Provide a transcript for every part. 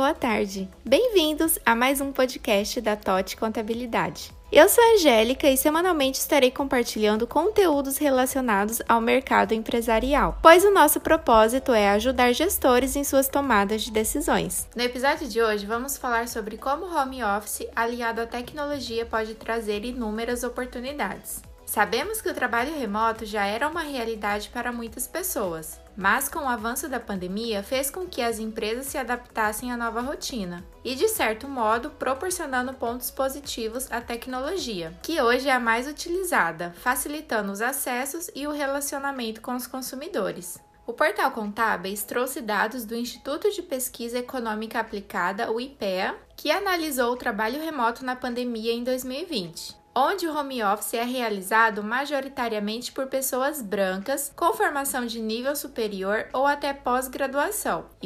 boa tarde. Bem-vindos a mais um podcast da TOT Contabilidade. Eu sou a Angélica e semanalmente estarei compartilhando conteúdos relacionados ao mercado empresarial, pois o nosso propósito é ajudar gestores em suas tomadas de decisões. No episódio de hoje, vamos falar sobre como o home office aliado à tecnologia pode trazer inúmeras oportunidades. Sabemos que o trabalho remoto já era uma realidade para muitas pessoas, mas com o avanço da pandemia fez com que as empresas se adaptassem à nova rotina e, de certo modo, proporcionando pontos positivos à tecnologia, que hoje é a mais utilizada, facilitando os acessos e o relacionamento com os consumidores. O Portal Contábeis trouxe dados do Instituto de Pesquisa Econômica Aplicada, o IPEA, que analisou o trabalho remoto na pandemia em 2020. Onde o home office é realizado majoritariamente por pessoas brancas com formação de nível superior ou até pós-graduação, e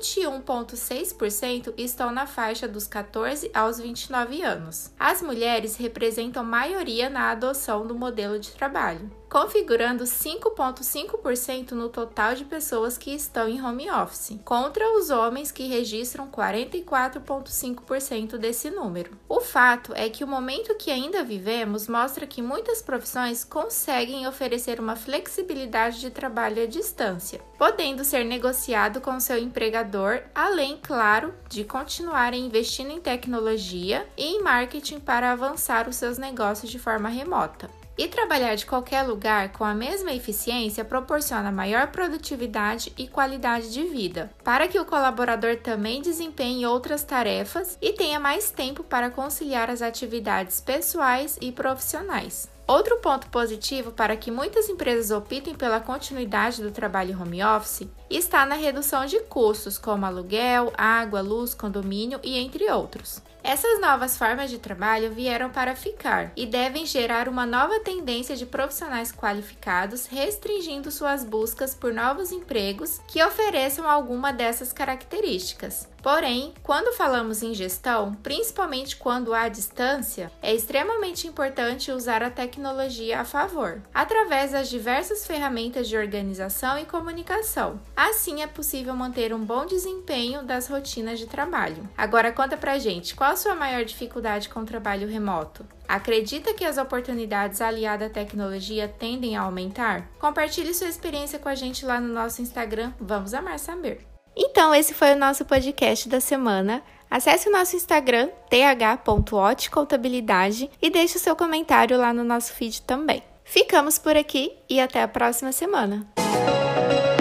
21,6% estão na faixa dos 14 aos 29 anos. As mulheres representam maioria na adoção do modelo de trabalho, configurando 5,5% no total de pessoas que estão em home office, contra os homens que registram 44,5% desse número. O fato é que o momento que ainda vivemos mostra que muitas profissões conseguem oferecer uma flexibilidade de trabalho à distância, podendo ser negociado com seu empregador, além, claro, de continuarem investindo em tecnologia e em marketing para avançar os seus negócios de forma remota. E trabalhar de qualquer lugar com a mesma eficiência proporciona maior produtividade e qualidade de vida, para que o colaborador também desempenhe outras tarefas e tenha mais tempo para conciliar as atividades pessoais e profissionais. Outro ponto positivo para que muitas empresas optem pela continuidade do trabalho home office está na redução de custos, como aluguel, água, luz, condomínio e entre outros. Essas novas formas de trabalho vieram para ficar e devem gerar uma nova tendência de profissionais qualificados, restringindo suas buscas por novos empregos que ofereçam alguma dessas características. Porém, quando falamos em gestão, principalmente quando há distância, é extremamente importante usar a tecnologia a favor, através das diversas ferramentas de organização e comunicação. Assim é possível manter um bom desempenho das rotinas de trabalho. Agora conta pra gente, qual a sua maior dificuldade com o trabalho remoto? Acredita que as oportunidades aliadas à tecnologia tendem a aumentar? Compartilhe sua experiência com a gente lá no nosso Instagram, vamos amar saber. Então, esse foi o nosso podcast da semana. Acesse o nosso Instagram, th.otcontabilidade, e deixe o seu comentário lá no nosso feed também. Ficamos por aqui e até a próxima semana!